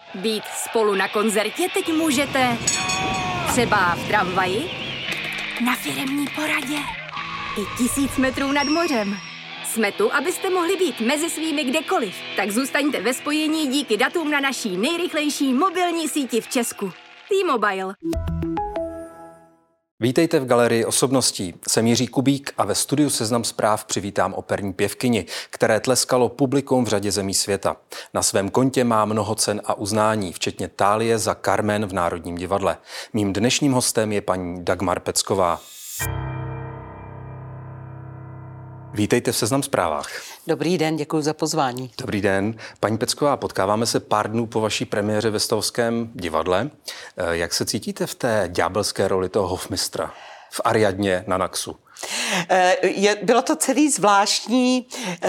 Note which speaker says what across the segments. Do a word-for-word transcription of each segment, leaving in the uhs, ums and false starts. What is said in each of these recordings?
Speaker 1: Být spolu na koncertě teď můžete třeba v tramvaji, na firemní poradě i tisíc metrů nad mořem. Jsme tu, abyste mohli být mezi svými kdekoliv. Tak zůstaňte ve spojení díky datům na naší nejrychlejší mobilní síti v Česku. T-Mobile.
Speaker 2: Vítejte v Galerii osobností. Jsem Jiří Kubík a ve studiu Seznam zpráv přivítám operní pěvkyni, které tleskalo publikum v řadě zemí světa. Na svém kontě má mnoho cen a uznání, včetně tálie za Carmen v Národním divadle. Mým dnešním hostem je paní Dagmar Pecková. Vítejte v Seznam zprávách.
Speaker 3: Dobrý den, děkuji za pozvání.
Speaker 2: Dobrý den. Paní Pecková, potkáváme se pár dnů po vaší premiéře ve Stavovském divadle. Jak se cítíte v té ďábelské roli toho hofmistra v Ariadně na Naxu?
Speaker 3: Je, bylo to celý zvláštní.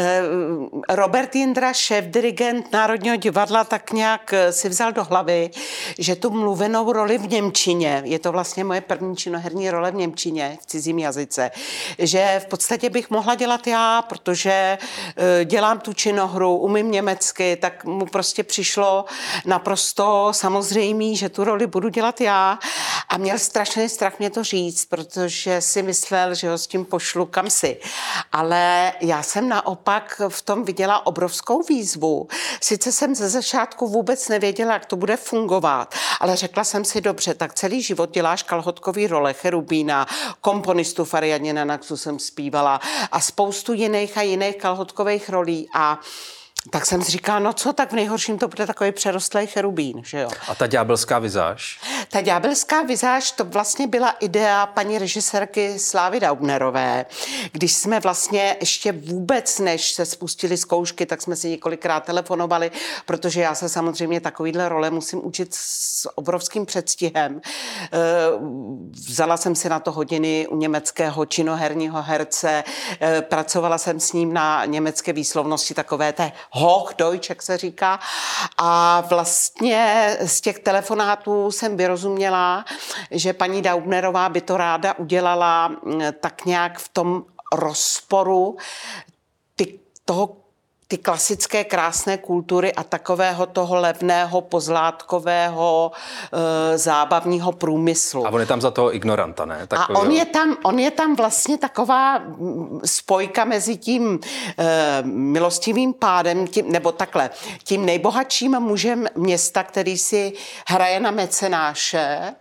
Speaker 3: Robert Jindra, šéf-dirigent Národního divadla, tak nějak si vzal do hlavy, že tu mluvenou roli v němčině, je to vlastně moje první činoherní role v němčině, v cizím jazyce, že v podstatě bych mohla dělat já, protože dělám tu činohru, umím německy, tak mu prostě přišlo naprosto samozřejmé, že tu roli budu dělat já. A měl strašný strach mě to říct, protože si myslel, že ho s tím pošlu kam si. Ale já jsem naopak v tom viděla obrovskou výzvu. Sice jsem ze začátku vůbec nevěděla, jak to bude fungovat, ale řekla jsem si, dobře, tak celý život děláš kalhotkový role, Cherubína, komponistu v Ariadně na Naxu jsem zpívala a spoustu jiných a jiných kalhotkových rolí a tak jsem si říkala, no co, tak v nejhorším to bude takový přerostlý cherubín, že jo.
Speaker 2: A ta ďábelská vizáž?
Speaker 3: Ta ďábelská vizáž, to vlastně byla idea paní režisérky Slávy Daubnerové. Když jsme vlastně ještě vůbec, než se spustily zkoušky, tak jsme si několikrát telefonovali, protože já se samozřejmě takovýhle role musím učit s obrovským předstihem. Vzala jsem si na to hodiny u německého činoherního herce, pracovala jsem s ním na německé výslovnosti, takové té Hochdeutsch, jak se říká. A vlastně z těch telefonátů jsem vyrozuměla, že paní Daubnerová by to ráda udělala tak nějak v tom rozporu ty, toho ty klasické krásné kultury a takového toho levného, pozlátkového, e, zábavního průmyslu.
Speaker 2: A on je tam za toho ignoranta, ne?
Speaker 3: Takový, a on je, tam, on je tam vlastně taková spojka mezi tím e, milostivým pádem, tím, nebo takhle, tím nejbohatším mužem města, který si hraje na mecenáše,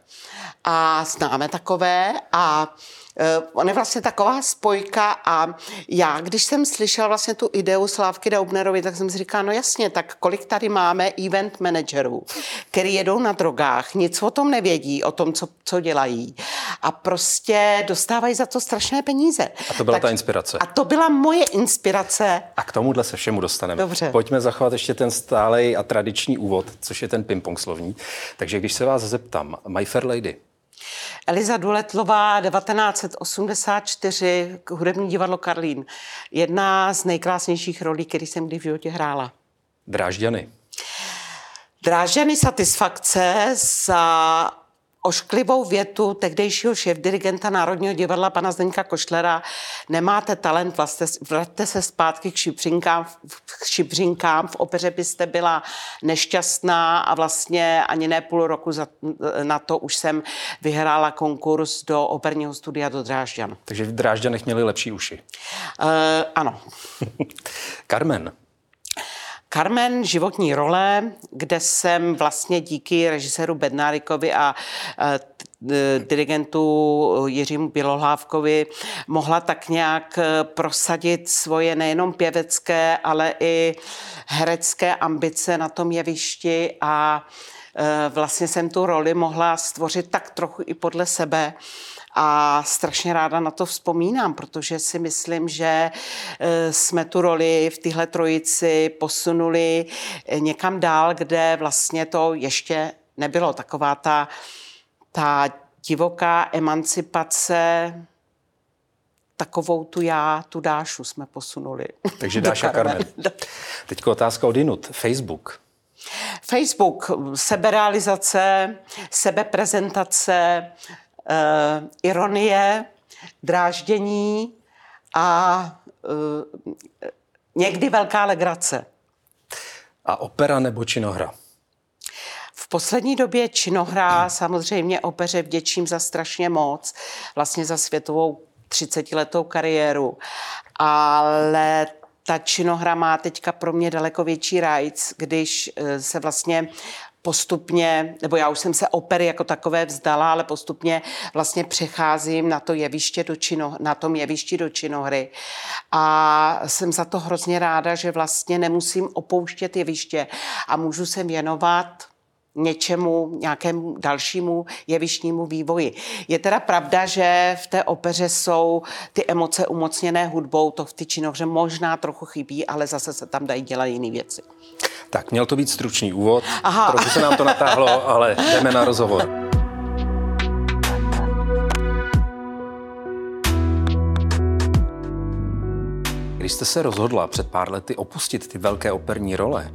Speaker 3: a známe takové, a on je vlastně taková spojka a já, když jsem slyšela vlastně tu ideu Slávky Daubnerovy, tak jsem si říkala, no jasně, tak kolik tady máme event managerů, který jedou na drogách, nic o tom nevědí, o tom, co, co dělají a prostě dostávají za to strašné peníze.
Speaker 2: A to byla
Speaker 3: tak,
Speaker 2: ta inspirace.
Speaker 3: A to byla moje inspirace.
Speaker 2: A k tomuhle se všemu dostaneme.
Speaker 3: Dobře.
Speaker 2: Pojďme zachovat ještě ten stálej a tradiční úvod, což je ten ping-pong slovní. Takže když se vás zeptám, My Fair Lady.
Speaker 3: Eliza Důletlová, devatenáct osmdesát čtyři, hudební divadlo Karlín. Jedna z nejkrásnějších rolí, které jsem kdy v životě hrála.
Speaker 2: Drážďany.
Speaker 3: Drážďany satisfakce za ošklivou větu tehdejšího šéfdirigenta Národního divadla pana Zdeňka Koštlera. Nemáte talent, vlastně, vraťte se zpátky k šipřinkám, k šipřinkám. V opeře byste byla nešťastná a vlastně ani ne půl roku za, na to už jsem vyhrála konkurs do operního studia do Drážďan.
Speaker 2: Takže v Drážďanech měli lepší uši.
Speaker 3: Uh, ano.
Speaker 2: Carmen.
Speaker 3: Carmen, životní role, kde jsem vlastně díky režiséru Bednárikovi a e, dirigentu Jiřímu Bělohlávkovi mohla tak nějak prosadit svoje nejenom pěvecké, ale i herecké ambice na tom jevišti a e, vlastně jsem tu roli mohla stvořit tak trochu i podle sebe. A strašně ráda na to vzpomínám, protože si myslím, že jsme tu roli v téhle trojici posunuli někam dál, kde vlastně to ještě nebylo. Taková ta, ta divoká emancipace, takovou tu já, tu Dášu jsme posunuli.
Speaker 2: Takže Dáša Carmen. Teď otázka od jinut. Facebook.
Speaker 3: Facebook, seberealizace, sebeprezentace, Uh, ironie, dráždění a uh, někdy velká legrace.
Speaker 2: A opera nebo činohra?
Speaker 3: poslední době činohra, samozřejmě opeře vděčím za strašně moc, vlastně za světovou třicetiletou kariéru, ale ta činohra má teďka pro mě daleko větší rajc, když se vlastně postupně, nebo já už jsem se opery jako takové vzdala, ale postupně vlastně přecházím na to jeviště do čino, na tom jevišti do činohry. A jsem za to hrozně ráda, že vlastně nemusím opouštět jeviště a můžu se věnovat něčemu, nějakému dalšímu jevištnímu vývoji. Je teda pravda, že v té opeře jsou ty emoce umocněné hudbou, to v té činohře možná trochu chybí, ale zase se tam dají dělat jiné věci.
Speaker 2: Tak, měl to být stručný úvod,
Speaker 3: Aha.
Speaker 2: trochu se nám to natáhlo, ale jdeme na rozhovor. Když jste se rozhodla před pár lety opustit ty velké operní role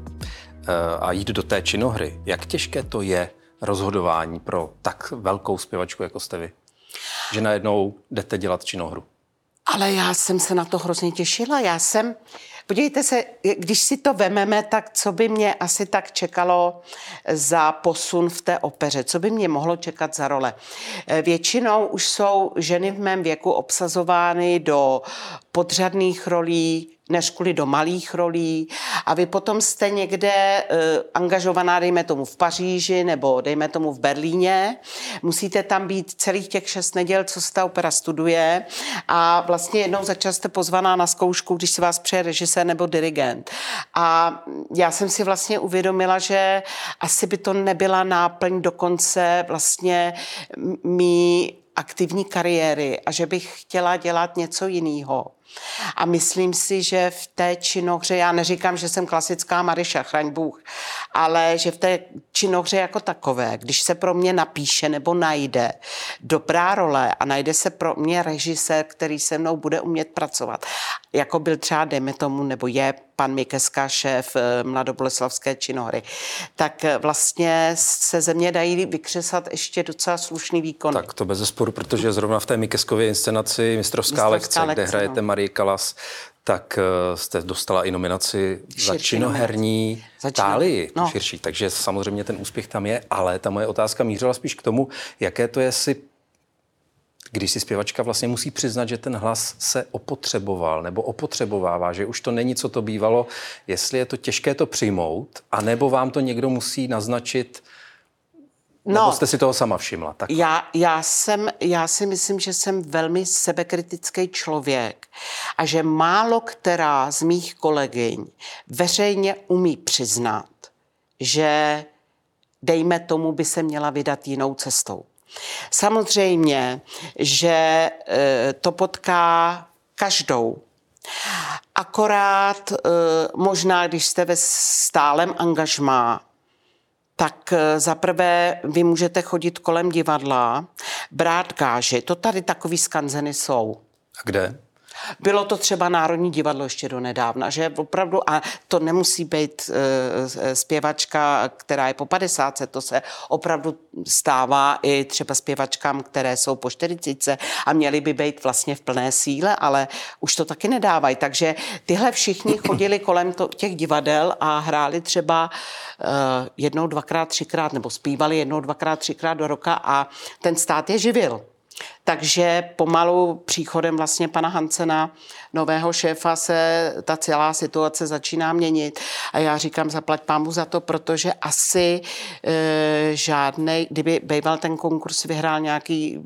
Speaker 2: a jít do té činohry, jak těžké to je rozhodování pro tak velkou zpěvačku, jako jste vy? Že najednou jdete dělat činohru.
Speaker 3: Ale já jsem se na to hrozně těšila. Já jsem, podívejte se, když si to vememe, tak co by mě asi tak čekalo za posun v té opeře? Co by mě mohlo čekat za role? Většinou už jsou ženy v mém věku obsazovány do podřadných rolí, než kvůli do malých rolí a vy potom jste někde uh, angažovaná, dejme tomu v Paříži nebo dejme tomu v Berlíně. Musíte tam být celých těch šest neděl, co se ta opera studuje a vlastně jednou za čas jste pozvaná na zkoušku, když si vás přeje režisér nebo dirigent. A já jsem si vlastně uvědomila, že asi by to nebyla náplň do konce vlastně mý aktivní kariéry a že bych chtěla dělat něco jiného. A myslím si, že v té činohře, já neříkám, že jsem klasická Maryša, chraň Bůh, ale že v té činohře jako takové, když se pro mě napíše nebo najde dobrá role a najde se pro mě režisér, který se mnou bude umět pracovat, jako byl třeba, dejme tomu, nebo je pan Mikeska, šéf Mladoboleslavské činohry, tak vlastně se ze mě dají vykřesat ještě docela slušný výkon.
Speaker 2: Tak to bezesporu, protože zrovna v té Mikeskově inscenaci Mistrovská, Mistrovská lekce, lekce, kde hrajete no. Marii Kalas, tak jste dostala i nominaci širší za činoherní tálii, no. širší, takže samozřejmě ten úspěch tam je, ale ta moje otázka mířila spíš k tomu, jaké to je si, když si zpěvačka vlastně musí přiznat, že ten hlas se opotřeboval nebo opotřebovává, že už to není, co to bývalo, jestli je to těžké to přijmout, anebo vám to někdo musí naznačit, no, nebo jste si toho sama všimla? Tak.
Speaker 3: Já, já, jsem, já si myslím, že jsem velmi sebekritický člověk a že málo která z mých kolegyň veřejně umí přiznat, že dejme tomu by se měla vydat jinou cestou. Samozřejmě, že to potká každou. Akorát možná, když jste ve stálem angažmá, tak zaprvé vy můžete chodit kolem divadla, brát gáži. To tady takový skanzeny jsou.
Speaker 2: A kde?
Speaker 3: Bylo to třeba Národní divadlo ještě do nedávna, že opravdu, a to nemusí být e, zpěvačka, která je po padesátce, to se opravdu stává i třeba zpěvačkám, které jsou po čtyřicítce a měly by být vlastně v plné síle, ale už to taky nedávají. Takže tyhle všichni chodili kolem to, těch divadel a hráli třeba e, jednou, dvakrát, třikrát, nebo zpívali jednou, dvakrát, třikrát do roka a ten stát je živil. Takže pomalu příchodem vlastně pana Hansena, nového šéfa, se ta celá situace začíná měnit. A já říkám, zaplať pámu za to, protože asi e, žádnej, kdyby býval ten konkurs vyhrál nějaký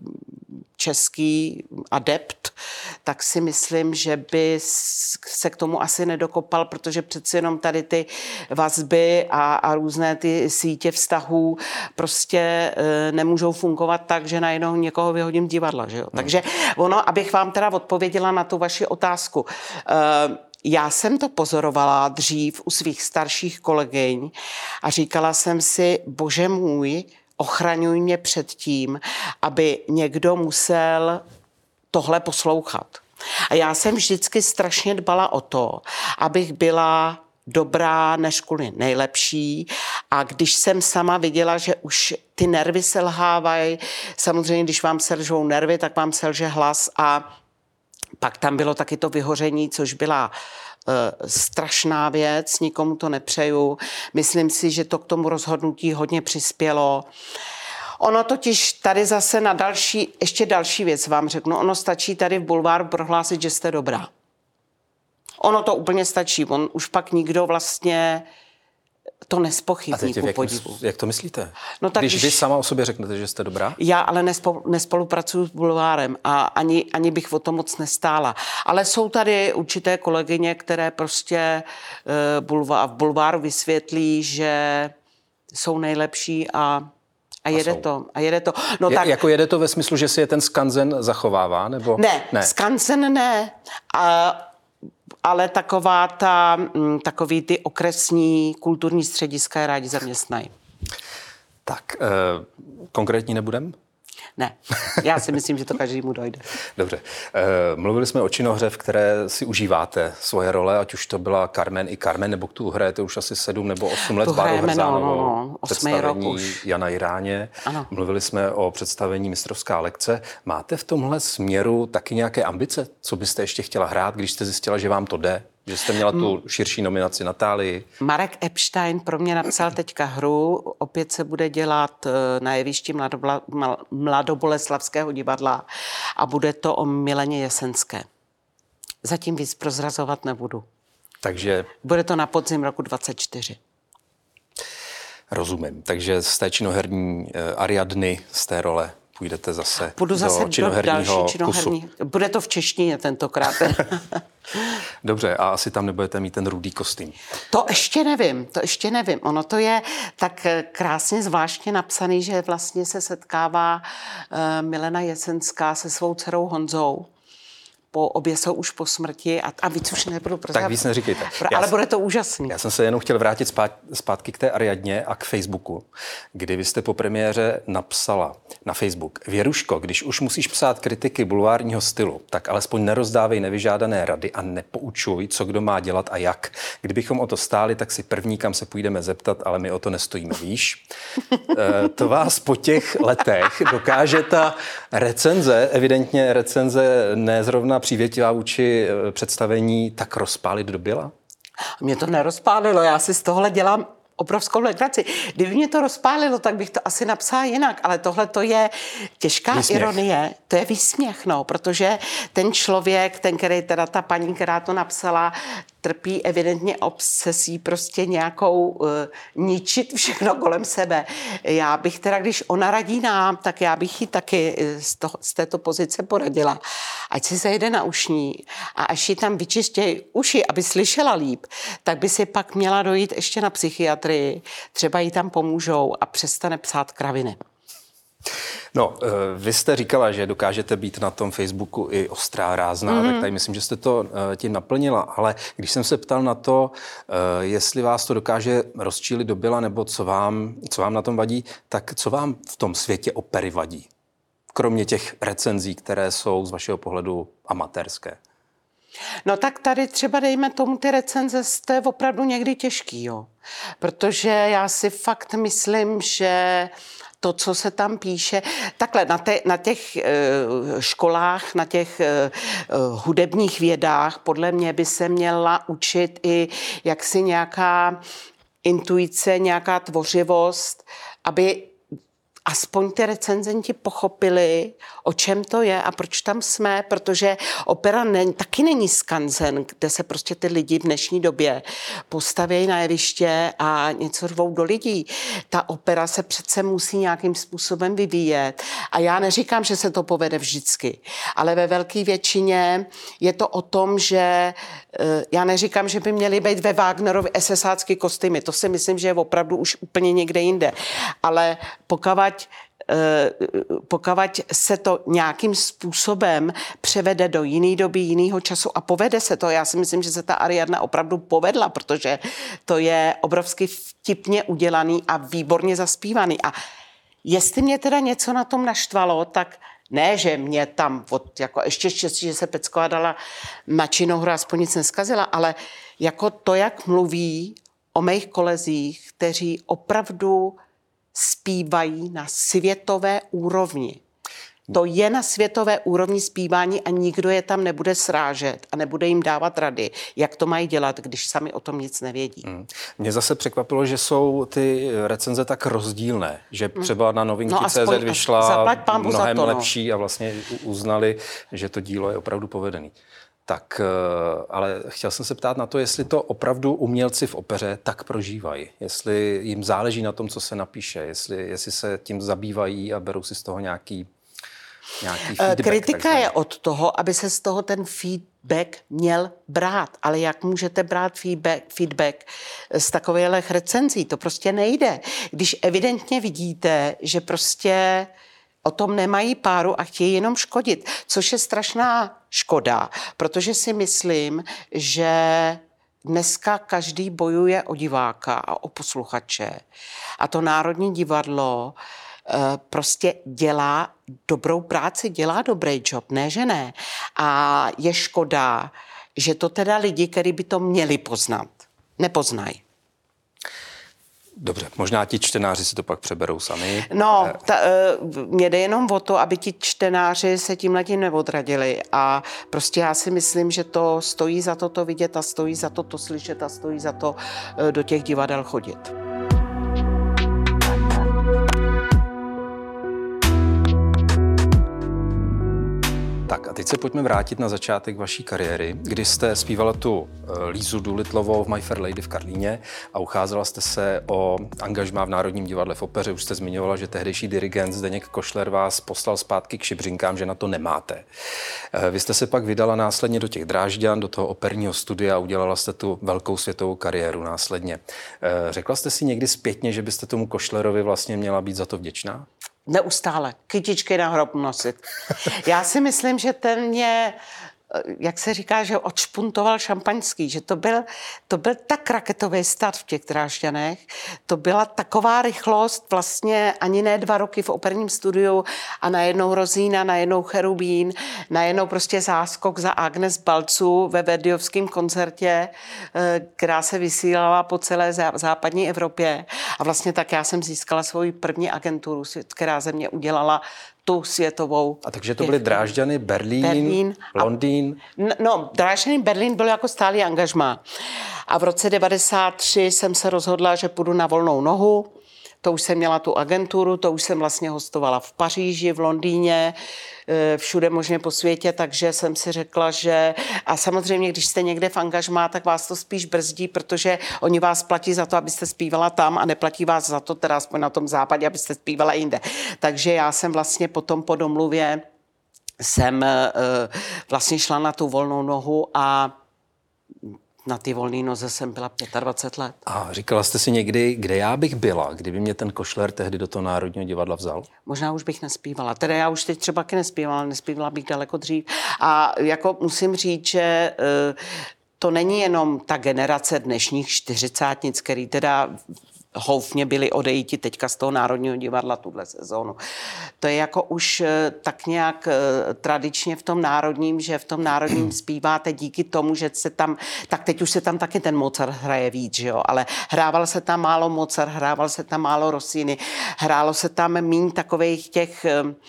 Speaker 3: český adept, tak si myslím, že by se k tomu asi nedokopal, protože přeci jenom tady ty vazby a, a různé ty sítě vztahů prostě e, nemůžou fungovat tak, že najednou někoho vyhodím divadla. Že jo? Hmm. Takže ono, abych vám teda odpověděla na tu vaši otázku. E, Já jsem to pozorovala dřív u svých starších kolegyň a říkala jsem si, bože můj, ochraňuj mě před tím, aby někdo musel tohle poslouchat. A já jsem vždycky strašně dbala o to, abych byla dobrá než kvůli nejlepší. A když jsem sama viděla, že už ty nervy selhávají, samozřejmě, když vám selžou nervy, tak vám selže hlas a pak tam bylo taky to vyhoření, což byla strašná věc, nikomu to nepřeju. Myslím si, že to k tomu rozhodnutí hodně přispělo. Ono totiž tady zase na další, ještě další věc vám řeknu, ono stačí tady v bulváru prohlásit, že jste dobrá. Ono to úplně stačí, on už pak nikdo vlastně to nespochybní, ku podivu.
Speaker 2: Jak to myslíte?
Speaker 3: No tak
Speaker 2: když,
Speaker 3: když
Speaker 2: vy sama o sobě řeknete, že jste dobrá?
Speaker 3: Já ale nespo, nespolupracuju s bulvárem a ani, ani bych o to moc nestála. Ale jsou tady určité kolegyně, které prostě uh, bulvá, v bulváru vysvětlí, že jsou nejlepší a A jede a to, a jede to. No
Speaker 2: je,
Speaker 3: tak,
Speaker 2: jako jede to ve smyslu, že si je ten skanzen zachovává, nebo?
Speaker 3: Ne, ne. Skanzen ne, a, ale taková ta, m, takový ty okresní kulturní střediska je rádi zaměstnají.
Speaker 2: Tak, e, konkrétní nebudem?
Speaker 3: Ne, já si myslím, že to každému dojde.
Speaker 2: Dobře. E, mluvili jsme o činohře, v které si užíváte svoje role, ať už to byla Carmen i Carmen, nebo tu hrajete už asi sedm nebo osm let s Bárou Hrzánovou.
Speaker 3: No, no,
Speaker 2: představení Jana Jiráně.
Speaker 3: Ano.
Speaker 2: Mluvili jsme o představení Mistrovská lekce. Máte v tomhle směru taky nějaké ambice? Co byste ještě chtěla hrát, když jste zjistila, že vám to jde? Že jste měla tu širší nominaci Natálii?
Speaker 3: Marek Epstein pro mě napsal teďka hru, opět se bude dělat na jevišti Mladobla, Mladoboleslavského divadla a bude to o Mileně Jesenské. Zatím víc prozrazovat nebudu.
Speaker 2: Takže...
Speaker 3: Bude to na podzim roku dvacet čtyři.
Speaker 2: Rozumím. Takže z té činoherní Ariadny, z té role půjdete zase
Speaker 3: Půjdu zase
Speaker 2: do činoherního
Speaker 3: do další činoherní. Kusu. Bude to v češtině tentokrát.
Speaker 2: Dobře, a asi tam nebudete mít ten rudý kostým.
Speaker 3: To ještě nevím, to ještě nevím. Ono to je tak krásně zvláštně napsaný, že vlastně se setkává uh, Milena Jesenská se svou dcerou Honzou. Po, obě jsou už po smrti a, a víc už nebudu prozrat.
Speaker 2: Tak víc neříkejte.
Speaker 3: Ale já bude to úžasný.
Speaker 2: Já jsem se jenom chtěl vrátit zpát, zpátky k té Ariadně a k Facebooku, kdy vy jste po premiéře napsala na Facebook: Věruško, když už musíš psát kritiky bulvárního stylu, tak alespoň nerozdávej nevyžádané rady a nepoučuj, co kdo má dělat a jak. Kdybychom o to stáli, tak si první, kam se půjdeme zeptat, ale my o to nestojíme, víš? e, to vás po těch letech dokáže ta recenze, evidentně recenze nezrovna přívětivá vůči představení, tak rozpálit do byla?
Speaker 3: Mě to nerozpálilo, já si z tohle dělám obrovskou legraci. Kdyby mě to rozpálilo, tak bych to asi napsala jinak, ale tohle to je těžká výsměch. Ironie, to je výsměch, no, protože ten člověk, ten, který teda ta paní, která to napsala, trpí evidentně obsesí prostě nějakou uh, ničit všechno kolem sebe. Já bych teda, když ona radí nám, tak já bych jí taky z, toho, z této pozice poradila. Ať si zajde na ušní a až jí tam vyčistějí uši, aby slyšela líp, tak by si pak měla dojít ještě na psychiatrii. Třeba jí tam pomůžou a přestane psát kraviny.
Speaker 2: No, vy jste říkala, že dokážete být na tom Facebooku i ostrá, rázná, mm-hmm. tak tady myslím, že jste to tím naplnila, ale když jsem se ptal na to, jestli vás to dokáže rozčílit do byla, nebo co vám, co vám na tom vadí, tak co vám v tom světě opery vadí? Kromě těch recenzí, které jsou z vašeho pohledu amatérské.
Speaker 3: No tak tady třeba dejme tomu ty recenze, to je opravdu někdy těžký, jo. Protože já si fakt myslím, že to, co se tam píše, takhle na, te, na těch e, školách, na těch e, hudebních vědách, podle mě by se měla učit i jaksi nějaká intuice, nějaká tvořivost, aby aspoň ty recenzenti pochopili, o čem to je a proč tam jsme, protože opera ne, taky není skanzen, kde se prostě ty lidi v dnešní době postaví na jeviště a něco řvou do lidí. Ta opera se přece musí nějakým způsobem vyvíjet. A já neříkám, že se to povede vždycky, ale ve velké většině je to o tom, že já neříkám, že by měly být ve Wagnerovi esesácký kostýmy. To si myslím, že je opravdu už úplně někde jinde. Ale pokud pokud se to nějakým způsobem převede do jiné doby, jiného času a povede se to, já si myslím, že se ta Ariadna opravdu povedla, protože to je obrovsky vtipně udělaný a výborně zaspívaný. A jestli mě teda něco na tom naštvalo, tak ne, že mě tam, od, jako ještě štěstí, že se Pecková dala na činohru, aspoň nic neskazila, ale jako to, jak mluví o mých kolezích, kteří opravdu zpívají na světové úrovni. To je na světové úrovni zpívání a nikdo je tam nebude srážet a nebude jim dávat rady, jak to mají dělat, když sami o tom nic nevědí. Hmm.
Speaker 2: Mě zase překvapilo, že jsou ty recenze tak rozdílné, že třeba na novinky
Speaker 3: no
Speaker 2: tečka cé zet vyšla mnohem
Speaker 3: to, no.
Speaker 2: lepší a vlastně uznali, že to dílo je opravdu povedený. Tak, ale chtěl jsem se ptát na to, jestli to opravdu umělci v opeře tak prožívají. Jestli jim záleží na tom, co se napíše, jestli, jestli se tím zabývají a berou si z toho nějaký, nějaký feedback.
Speaker 3: Kritika
Speaker 2: takzvaný.
Speaker 3: je od toho, aby se z toho ten feedback měl brát. Ale jak můžete brát feedback, feedback z takových recenzí? To prostě nejde. Když evidentně vidíte, že prostě o tom nemají páru a chtějí jenom škodit, což je strašná škoda, protože si myslím, že dneska každý bojuje o diváka a o posluchače. A to Národní divadlo prostě dělá dobrou práci, dělá dobrý job, ne že ne. A je škoda, že to teda lidi, kteří by to měli poznat, nepoznají.
Speaker 2: Dobře, možná ti čtenáři si to pak přeberou sami.
Speaker 3: No, ta, mě jde jenom o to, aby ti čtenáři se tímhletím neodradili a prostě já si myslím, že to stojí za to to vidět a stojí za to to slyšet a stojí za to do těch divadel chodit.
Speaker 2: Tak a teď se pojďme vrátit na začátek vaší kariéry, kdy jste zpívala tu Lízu Doolittlovou v My Fair Lady v Karlíně a ucházela jste se o angažmá v Národním divadle v opeře. Už jste zmiňovala, že tehdejší dirigent Zdeněk Košler vás poslal zpátky k šibřinkám, že na to nemáte. Vy jste se pak vydala následně do těch Drážďan, do toho operního studia a udělala jste tu velkou světovou kariéru následně. Řekla jste si někdy zpětně, že byste tomu Košlerovi vlastně měla být za to vděčná?
Speaker 3: Neustále. Kytičky na hrob nosit. Já si myslím, že ten mě, jak se říká, že odšpuntoval šampaňský, že to byl, to byl tak raketový start v těch Drážďanech, to byla taková rychlost, vlastně ani ne dva roky v operním studiu a najednou Rozína, najednou Cherubín, najednou prostě záskok za Agnes Balcu ve Verdiovském koncertě, která se vysílala po celé západní Evropě. A vlastně tak já jsem získala svoji první agenturu, která ze mě udělala tu světovou.
Speaker 2: A takže to byly Drážďany, Berlín,
Speaker 3: Berlín
Speaker 2: Londýn?
Speaker 3: A, no, Drážďany, Berlín byl jako stálý angažmá. A v roce devadesát tři jsem se rozhodla, že půjdu na volnou nohu. To už jsem měla tu agenturu, to už jsem vlastně hostovala v Paříži, v Londýně, všude možně po světě, takže jsem si řekla, že a samozřejmě, když jste někde v angažmá, tak vás to spíš brzdí, protože oni vás platí za to, abyste zpívala tam a neplatí vás za to, teda aspoň na tom západě, abyste zpívala jinde. Takže já jsem vlastně potom po domluvě jsem vlastně šla na tu volnou nohu a na ty volné noze jsem byla dvacet pět let.
Speaker 2: A říkala jste si někdy, kde já bych byla, kdyby mě ten Košler tehdy do toho Národního divadla vzal?
Speaker 3: Možná už bych nespívala. Teda já už teď třeba nespívala, nespívala bych daleko dřív. A jako musím říct, že to není jenom ta generace dnešních čtyřicátnic, který teda houfně byli odejiti teďka z toho Národního divadla tuhle sezónu. To je jako už tak nějak tradičně v tom národním, že v tom národním zpíváte díky tomu, že se tam, tak teď už se tam taky ten Mozart hraje víc, že jo, ale hrával se tam málo Mozart, hrával se tam málo Rossini, hrálo se tam míň takových těch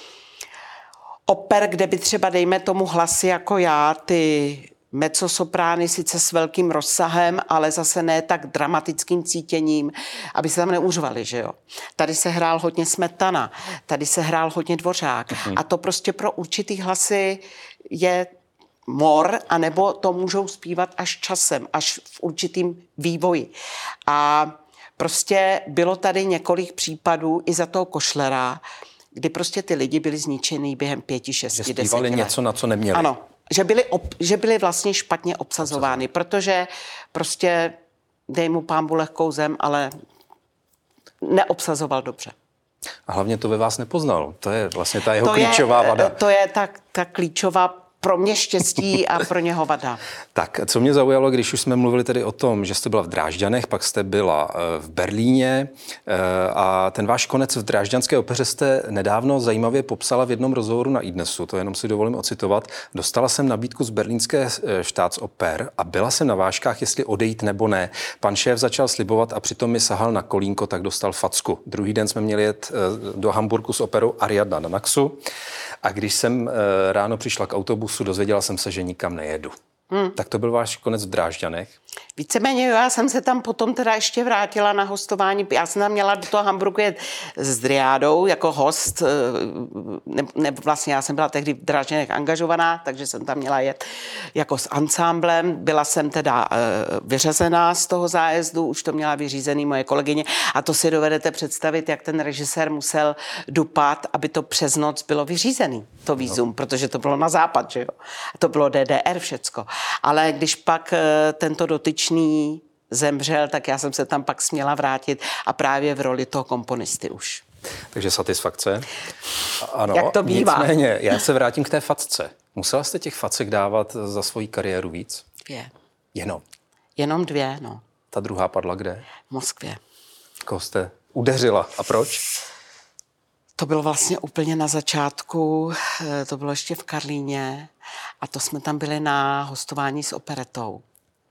Speaker 3: oper, kde by třeba dejme tomu hlasy jako já, ty mezzosoprány sice s velkým rozsahem, ale zase ne tak dramatickým cítěním, aby se tam neuřvali, že jo. Tady se hrál hodně Smetana, tady se hrál hodně Dvořák uh-huh. a to prostě pro určitý hlasy je mor, anebo to můžou zpívat až časem, až v určitým vývoji. A prostě bylo tady několik případů i za toho Košlera, kdy prostě ty lidi byli zničený během pěti, šesti, deseti let.
Speaker 2: něco, na co neměli.
Speaker 3: Ano. Že byly, ob, že byly vlastně špatně obsazovány, protože prostě dej mu pánbu lehkou zem, ale neobsazoval dobře.
Speaker 2: A hlavně to ve vás nepoznal. To je vlastně ta jeho
Speaker 3: to
Speaker 2: klíčová
Speaker 3: je,
Speaker 2: vada.
Speaker 3: To je ta, ta klíčová pro mě štěstí a pro něho vada.
Speaker 2: Tak, co mě zaujalo, když už jsme mluvili tedy o tom, že jste byla v Drážďanech, pak jste byla v Berlíně a ten váš konec v Drážďanské opeře jste nedávno zajímavě popsala v jednom rozhovoru na iDnesu, to jenom si dovolím ocitovat. Dostala jsem nabídku z berlínské Staatsoper a byla jsem na vážkách, jestli odejít nebo ne. Pan šéf začal slibovat a přitom mi sahal na kolínko, tak dostal facku. Druhý den jsme měli jet do Hamburku s operou Ariadna na Naxu A když jsem ráno přišla k autobusu, dozvěděla jsem se, že nikam nejedu. Hmm. Tak to byl váš konec v Drážďanech?
Speaker 3: Víceméně já jsem se tam potom teda ještě vrátila na hostování. Já jsem tam měla do toho Hamburgu jet s Driádou jako host. Ne, ne, vlastně já jsem byla tehdy v Drážďanech angažovaná, takže jsem tam měla jet jako s ansámblem. Byla jsem teda uh, vyřazená z toho zájezdu, už to měla vyřízený moje kolegyně. A to si dovedete představit, jak ten režisér musel dupat, aby to přes noc bylo vyřízený, to vízum, no. Protože to bylo na západ, že jo. A to bylo D D R všecko. Ale když pak tento dotyčný zemřel, tak já jsem se tam pak směla vrátit a právě v roli toho komponisty už.
Speaker 2: Takže satisfakce. Ano,
Speaker 3: jak to bývá.
Speaker 2: Nicméně, já se vrátím k té facce. Musela jste těch facek dávat za svoji kariéru víc?
Speaker 3: Dvě.
Speaker 2: Jenom?
Speaker 3: Jenom dvě, no.
Speaker 2: Ta druhá padla kde?
Speaker 3: V Moskvě.
Speaker 2: Koho jste udeřila a proč?
Speaker 3: To bylo vlastně úplně na začátku, to bylo ještě v Karlíně a to jsme tam byli na hostování s operetou.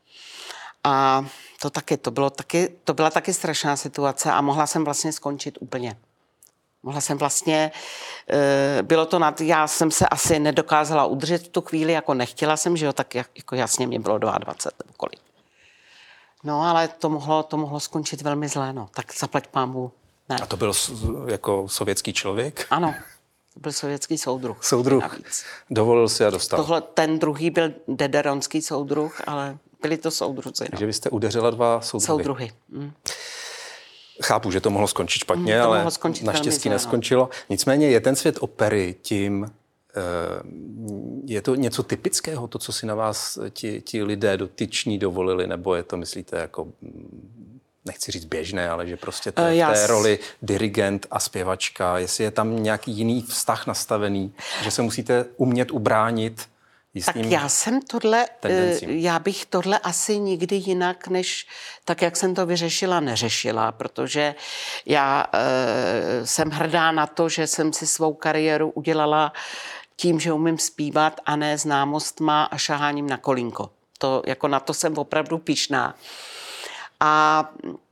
Speaker 3: A to taky, to, bylo taky, to byla taky strašná situace a mohla jsem vlastně skončit úplně. Mohla jsem vlastně, bylo to nad, já jsem se asi nedokázala udržet v tu chvíli, jako nechtěla jsem, že jo, tak jako jasně mě bylo dvacet dva nebo kolik. No ale to mohlo, to mohlo skončit velmi zlé, no, tak zaplať pánbůh. Ne.
Speaker 2: A to byl jako sovětský člověk?
Speaker 3: Ano, to byl sovětský soudruh.
Speaker 2: Soudruh.
Speaker 3: Navíc.
Speaker 2: Dovolil si a dostal.
Speaker 3: Tohle, ten druhý byl dederonský soudruh, ale byli to soudruzi. No.
Speaker 2: Takže vy jste udeřila dva soudruhy.
Speaker 3: Soudruhy. Mm.
Speaker 2: Chápu, že to mohlo skončit špatně, mm, ale skončit naštěstí neskončilo. Nicméně je ten svět opery tím, je to něco typického, to, co si na vás ti, ti lidé dotyční dovolili, nebo je to, myslíte, jako... nechci říct běžné, ale že prostě to je v té roli dirigent a zpěvačka, jestli je tam nějaký jiný vztah nastavený, že se musíte umět ubránit jistým
Speaker 3: Tak já jsem tohle,
Speaker 2: tendencím.
Speaker 3: Já bych tohle asi nikdy jinak, než tak, jak jsem to vyřešila, neřešila, protože já e, jsem hrdá na to, že jsem si svou kariéru udělala tím, že umím zpívat a ne známostma a šaháním na kolínko. To, jako na to jsem opravdu pyšná. A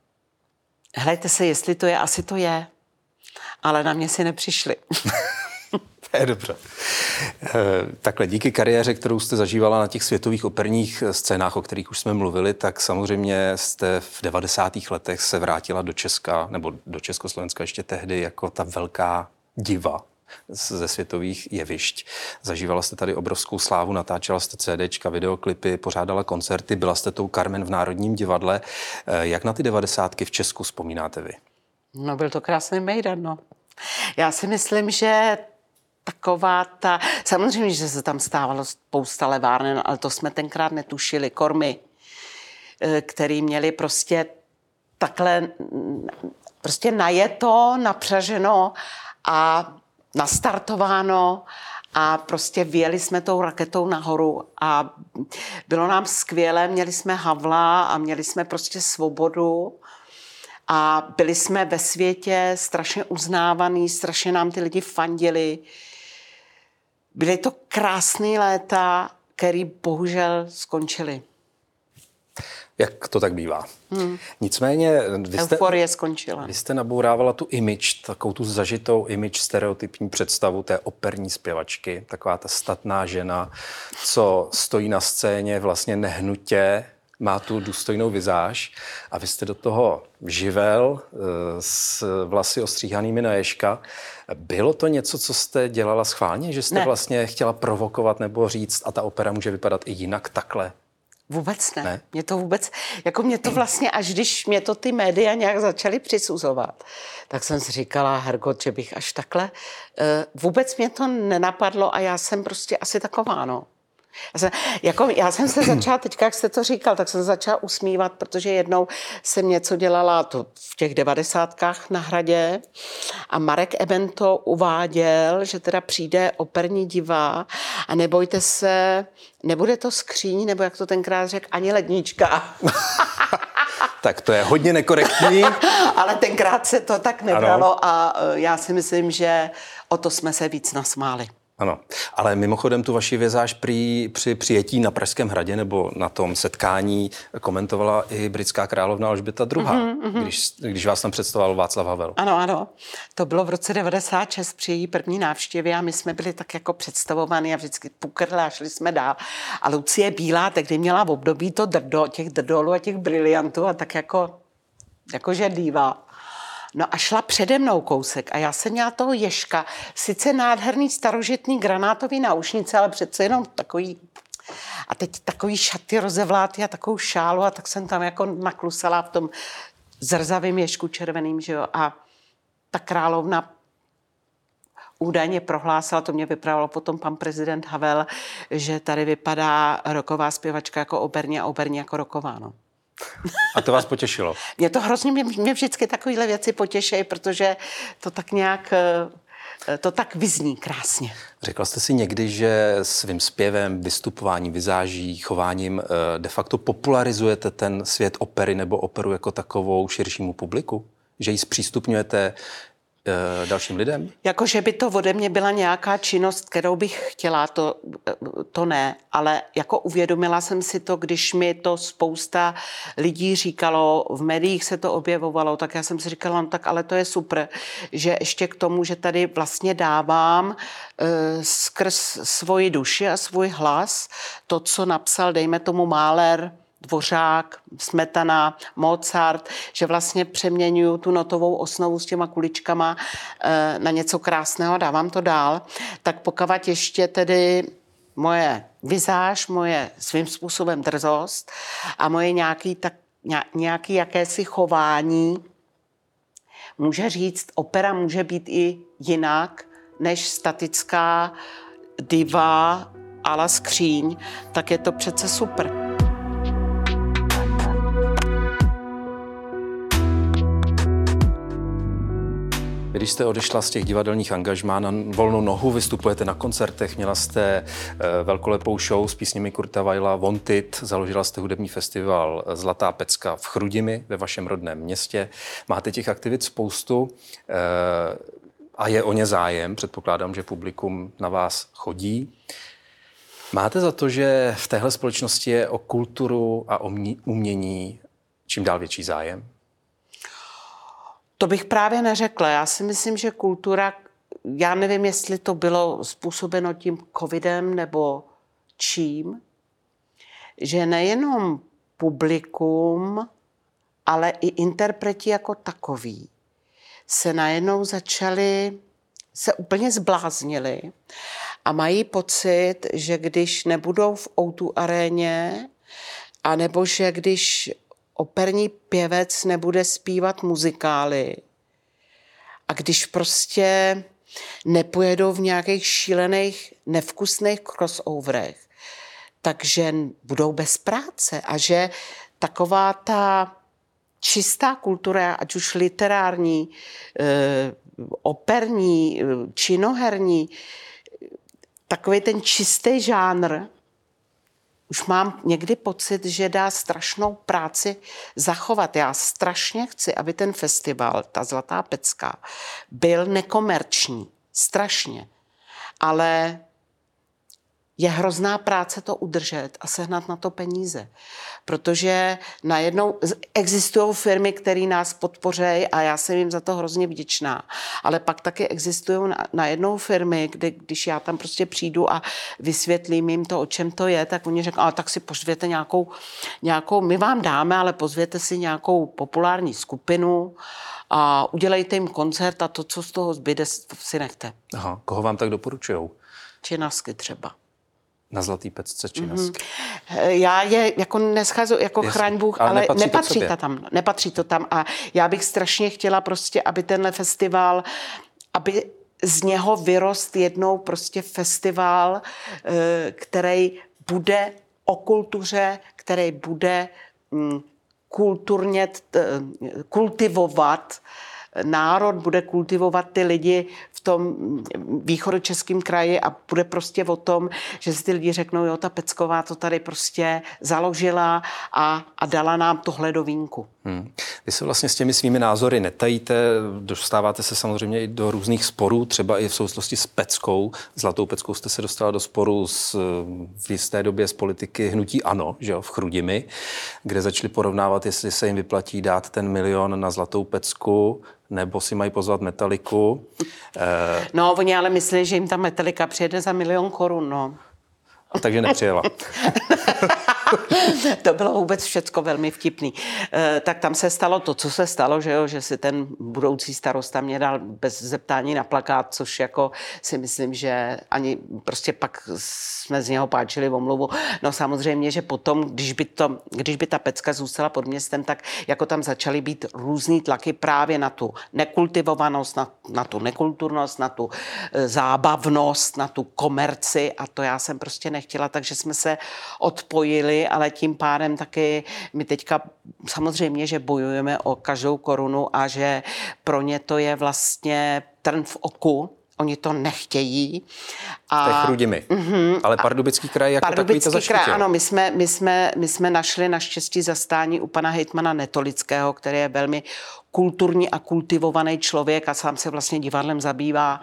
Speaker 3: hlejte se, jestli to je, asi to je. Ale na mě si nepřišli.
Speaker 2: To je dobře. Takhle, díky kariéře, kterou jste zažívala na těch světových operních scénách, o kterých už jsme mluvili, tak samozřejmě jste v devadesátých letech se vrátila do Česka, nebo do Československa ještě tehdy jako ta velká diva ze světových jevišť. Zažívala jste tady obrovskou slávu, natáčela jste CDčka, videoklipy, pořádala koncerty, byla jste tou Carmen v Národním divadle. Jak na ty devadesátky v Česku vzpomínáte vy?
Speaker 3: No, byl to krásný mejdan, no. Já si myslím, že taková ta... Samozřejmě, že se tam stávalo spousta leváren, ale to jsme tenkrát netušili. Kormy, který měli prostě takhle prostě najeto, napřaženo a nastartováno a prostě vyjeli jsme tou raketou nahoru a bylo nám skvělé, měli jsme Havla a měli jsme prostě svobodu a byli jsme ve světě strašně uznávaný, strašně nám ty lidi fandili. Byly to krásné léta, které bohužel skončily.
Speaker 2: Jak to tak bývá. Hmm. Nicméně... Vy jste,
Speaker 3: Euforie skončila.
Speaker 2: Vy jste nabourávala tu image, takovou tu zažitou image, stereotypní představu té operní zpěvačky, taková ta statná žena, co stojí na scéně vlastně nehnutě, má tu důstojnou vizáž a vy jste do toho živel s vlasy ostříhanými na ježka. Bylo to něco, co jste dělala schválně, že jste ne. vlastně chtěla provokovat nebo říct a ta opera může vypadat i jinak takhle?
Speaker 3: Vůbec ne.
Speaker 2: ne.
Speaker 3: Mě to vůbec, jako mě to vlastně, až když mě to ty média nějak začaly přisuzovat, tak jsem si říkala, hergot, že bych až takhle, vůbec mě to nenapadlo a já jsem prostě asi taková, no. Já jsem, jako, já jsem se začala, teďka, jak jste to říkal, tak jsem začala usmívat, protože jednou jsem něco dělala to v těch devadesátkách na Hradě a Marek Eben to uváděl, že teda přijde operní diva a nebojte se, nebude to skříň, nebo jak to tenkrát řekl, ani lednička.
Speaker 2: Tak to je hodně nekorektní.
Speaker 3: Ale tenkrát se to tak nebralo ano. A já si myslím, že o to jsme se víc nasmáli.
Speaker 2: Ano, ale mimochodem tu vaši vizáž prý při přijetí na Pražském hradě nebo na tom setkání komentovala i britská královna Alžběta druhá. Mm-hmm. Když, když vás tam představoval Václav Havel.
Speaker 3: Ano, ano. To bylo v roce devadesát šest při její první návštěvě a my jsme byli tak jako představovaní a vždycky pukrli a šli jsme dál. A Lucie Bílá tehdy měla v období to drdo, těch drdolů a těch briliantů a tak jako, jakože diva. No a šla přede mnou kousek a já jsem měla toho Ježka, sice nádherný starožitný granátový náušnice, ale přece jenom takový, a teď takový šaty rozevlátý a takovou šálu a tak jsem tam jako naklusala v tom zrzavým Ježku červeným, že jo, a ta královna údajně prohlásila, to mě vyprávěl potom pan prezident Havel, že tady vypadá rocková zpěvačka jako operní a operní jako rocková, no.
Speaker 2: A to vás potěšilo?
Speaker 3: Mě to hrozně, mě, mě vždycky takovéhle věci potěšejí, protože to tak nějak, to tak vyzní krásně.
Speaker 2: Řekla jste si někdy, že svým zpěvem, vystupováním, vizáží, chováním de facto popularizujete ten svět opery nebo operu jako takovou širšímu publiku? Že ji zpřístupňujete dalším lidem?
Speaker 3: Jako, že by to ode mě byla nějaká činnost, kterou bych chtěla, to, to ne, ale jako uvědomila jsem si to, když mi to spousta lidí říkalo, v médiích se to objevovalo, tak já jsem si říkala, no tak ale to je super, že ještě k tomu, že tady vlastně dávám uh, skrz svoji duši a svůj hlas to, co napsal, dejme tomu Mahler, Dvořák, Smetana, Mozart, že vlastně přeměňuju tu notovou osnovu s těma kuličkama e, na něco krásného, dávám to dál, tak pokud ještě tedy moje vizáž, moje svým způsobem drzost a moje nějaký, tak, nějaký jakési chování, může říct, opera může být i jinak, než statická diva a la skříň, tak je to přece super.
Speaker 2: Když jste odešla z těch divadelních angažmá na volnou nohu, vystupujete na koncertech, měla jste velkolepou show s písněmi Kurta Weila Wanted, založila jste hudební festival Zlatá pecka v Chrudimi ve vašem rodném městě. Máte těch aktivit spoustu a je o ně zájem, předpokládám, že publikum na vás chodí. Máte za to, že v téhle společnosti je o kulturu a o umění čím dál větší zájem?
Speaker 3: To bych právě neřekla. Já si myslím, že kultura, já nevím, jestli to bylo způsobeno tím covidem nebo čím, že nejenom publikum, ale i interpreti jako takový se najednou začali, se úplně zbláznili a mají pocit, že když nebudou v ó dvě aréně, anebo že když operní pěvec nebude zpívat muzikály a když prostě nepojedou v nějakých šílených, nevkusných crossoverech, takže budou bez práce a že taková ta čistá kultura, ať už literární, operní, činoherní, takový ten čistý žánr, už mám někdy pocit, že dá strašnou práci zachovat. Já strašně chci, aby ten festival, ta Zlatá pecka, byl nekomerční. Strašně. Ale je hrozná práce to udržet a sehnat na to peníze. Protože najednou existují firmy, které nás podpořejí a já jsem jim za to hrozně vděčná. Ale pak taky existují najednou firmy, kde když já tam prostě přijdu a vysvětlím jim to, o čem to je, tak oni řeknou, ale tak si pozvěte nějakou, nějakou, my vám dáme, ale pozvěte si nějakou populární skupinu a udělejte jim koncert a to, co z toho zbyde, si nechte.
Speaker 2: Aha, koho vám tak doporučujou?
Speaker 3: Činasky třeba.
Speaker 2: Na Zlatý pecce Činasky.
Speaker 3: Mm-hmm. Já je jako nescházu jako
Speaker 2: Jasně,
Speaker 3: chraň Bůh,
Speaker 2: ale
Speaker 3: ale
Speaker 2: nepatří,
Speaker 3: nepatří
Speaker 2: to
Speaker 3: to tam. Nepatří to tam a já bych strašně chtěla prostě, aby tenhle festival, aby z něho vyrost jednou prostě festival, který bude o kultuře, který bude kulturně kultivovat národ, bude kultivovat ty lidi v tom východočeském kraji a bude prostě o tom, že si ty lidi řeknou, jo, ta Pecková to tady prostě založila a, a dala nám tohle do vínku.
Speaker 2: Hmm. Vy se vlastně s těmi svými názory netajíte, dostáváte se samozřejmě i do různých sporů, třeba i v souvislosti s Peckou. Zlatou Peckou jste se dostala do sporu s, v jisté době z politiky hnutí ANO, že jo, v Chrudimi, kde začali porovnávat, jestli se jim vyplatí dát ten milion na Zlatou Pecku, nebo si mají pozvat Metaliku.
Speaker 3: Eh... No, oni ale myslí, že jim ta Metalika přijede za milion korun, no.
Speaker 2: A takže nepřijela.
Speaker 3: To bylo vůbec všecko velmi vtipný. E, tak tam se stalo to, co se stalo, že, jo, že si ten budoucí starosta mě dal bez zeptání na plakát, což jako si myslím, že ani prostě pak jsme z něho páčili omluvu. No samozřejmě, že potom, když by, to, když by ta Pecka zůstala pod městem, tak jako tam začaly být různý tlaky právě na tu nekultivovanost, na, na tu nekulturnost, na tu e, zábavnost, na tu komerci a to já jsem prostě nechtěla, takže jsme se odpojili, ale tím pádem taky my teďka samozřejmě, že bojujeme o každou korunu a že pro ně to je vlastně trn v oku. Oni to nechtějí.
Speaker 2: A, v té Chrudimi. Mm-hmm, ale Pardubický kraj jako takový to zaštítil.
Speaker 3: Kraj, ano, my jsme, my, jsme, my jsme našli naštěstí zastání u pana hejtmana Netolického, který je velmi kulturní a kultivovaný člověk a sám se vlastně divadlem zabývá.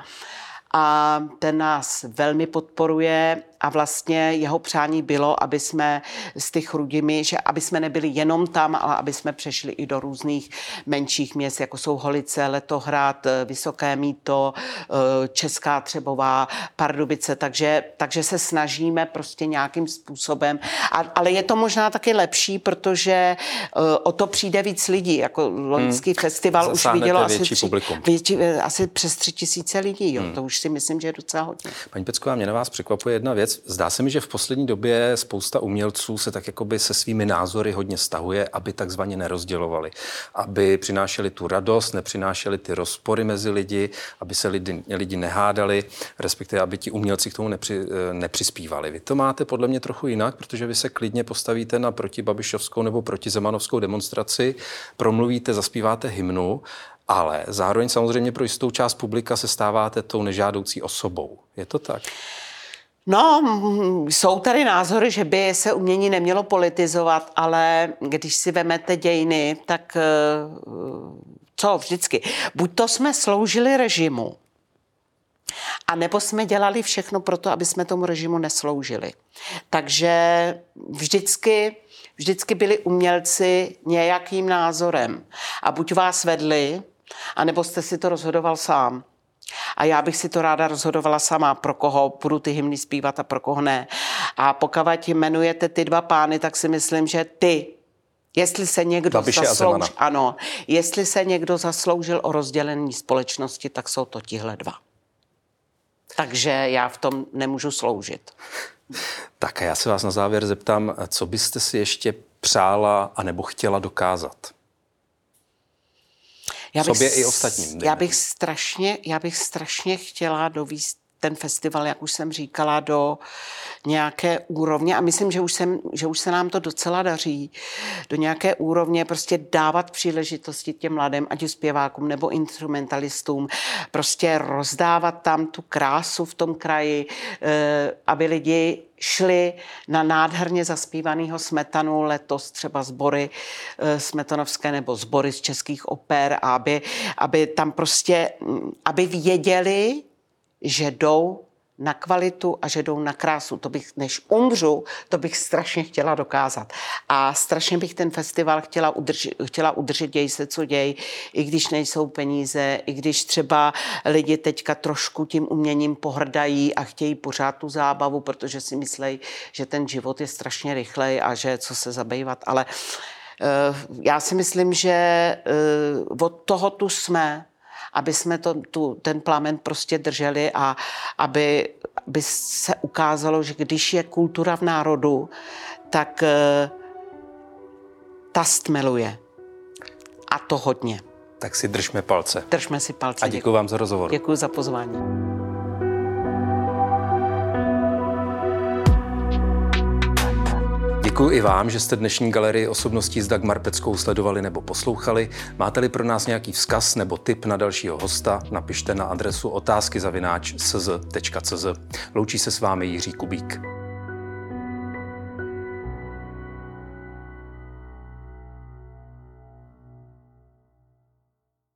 Speaker 3: A ten nás velmi podporuje a vlastně jeho přání bylo, aby jsme z těch Chrudimi, že aby jsme nebyli jenom tam, ale aby jsme přešli i do různých menších měst, jako jsou Holice, Letohrad, Vysoké Mýto, Česká Třebová, Pardubice, takže, takže se snažíme prostě nějakým způsobem, a, ale je to možná taky lepší, protože o to přijde víc lidí, jako loňský hmm. festival už vidělo asi, tři, větší, asi přes tři tisíce lidí, jo, hmm. to už si myslím, že je docela hodně.
Speaker 2: Paní Pecková, mě na vás překvapuje jedna věc. Zdá se mi, že v poslední době spousta umělců se tak jakoby se svými názory hodně stahuje, aby takzvaně nerozdělovali. Aby přinášeli tu radost, nepřinášeli ty rozpory mezi lidi, aby se lidi, lidi nehádali, respektive aby ti umělci k tomu nepři, nepřispívali. Vy to máte podle mě trochu jinak, protože vy se klidně postavíte na protibabišovskou nebo protizemanovskou demonstraci, promluvíte, zaspíváte hymnu, ale zároveň samozřejmě pro jistou část publika se stáváte tou nežádoucí osobou. Je to tak?
Speaker 3: No, jsou tady názory, že by se umění nemělo politizovat, ale když si vemete dějiny, tak co vždycky? Buď to jsme sloužili režimu, a nebo jsme dělali všechno pro to, aby jsme tomu režimu nesloužili. Takže vždycky, vždycky byli umělci nějakým názorem. A buď vás vedli, anebo jste si to rozhodoval sám. A já bych si to ráda rozhodovala sama, pro koho budu ty hymny zpívat a pro koho ne. A pokud jmenujete ty dva pány, tak si myslím, že ty, jestli se někdo zasloužil, ano, jestli se někdo zasloužil o rozdělení společnosti, tak jsou to tihle dva. Takže já v tom nemůžu sloužit.
Speaker 2: Tak a já se vás na závěr zeptám, co byste si ještě přála anebo chtěla dokázat?
Speaker 3: Já bych,
Speaker 2: sobě i ostatním.
Speaker 3: Já bych, strašně, já bych strašně chtěla dovíst ten festival, jak už jsem říkala, do nějaké úrovně a myslím, že už, jsem, že už se nám to docela daří, do nějaké úrovně prostě dávat příležitosti těm mladým, ať už zpěvákům nebo instrumentalistům, prostě rozdávat tam tu krásu v tom kraji, aby lidi šli na nádherně zaspívanýho Smetanu, letos třeba sbory smetanovské nebo sbory z českých oper, aby, aby tam prostě, aby věděli, že jdou na kvalitu a že jdou na krásu. To bych, než umřu, to bych strašně chtěla dokázat. A strašně bych ten festival chtěla udržet, chtěla udržet děj se, co děj, i když nejsou peníze, i když třeba lidi teďka trošku tím uměním pohrdají a chtějí pořád tu zábavu, protože si myslejí, že ten život je strašně rychlej a že co se zabývat. Ale uh, já si myslím, že uh, od toho tu jsme, aby jsme to, tu, ten plamen prostě drželi a aby, aby se ukázalo, že když je kultura v národu, tak uh, ta stmeluje. A to hodně.
Speaker 2: Tak si držme palce.
Speaker 3: Držme si palce.
Speaker 2: A děkuji vám za rozhovor.
Speaker 3: Děkuji za pozvání.
Speaker 2: Děkuji i vám, že jste dnešní galerii osobností s Dagmar Peckou sledovali nebo poslouchali. Máte-li pro nás nějaký vzkaz nebo tip na dalšího hosta, napište na adresu otázky zavináč s z tečka c z. Loučí se s vámi Jiří Kubík.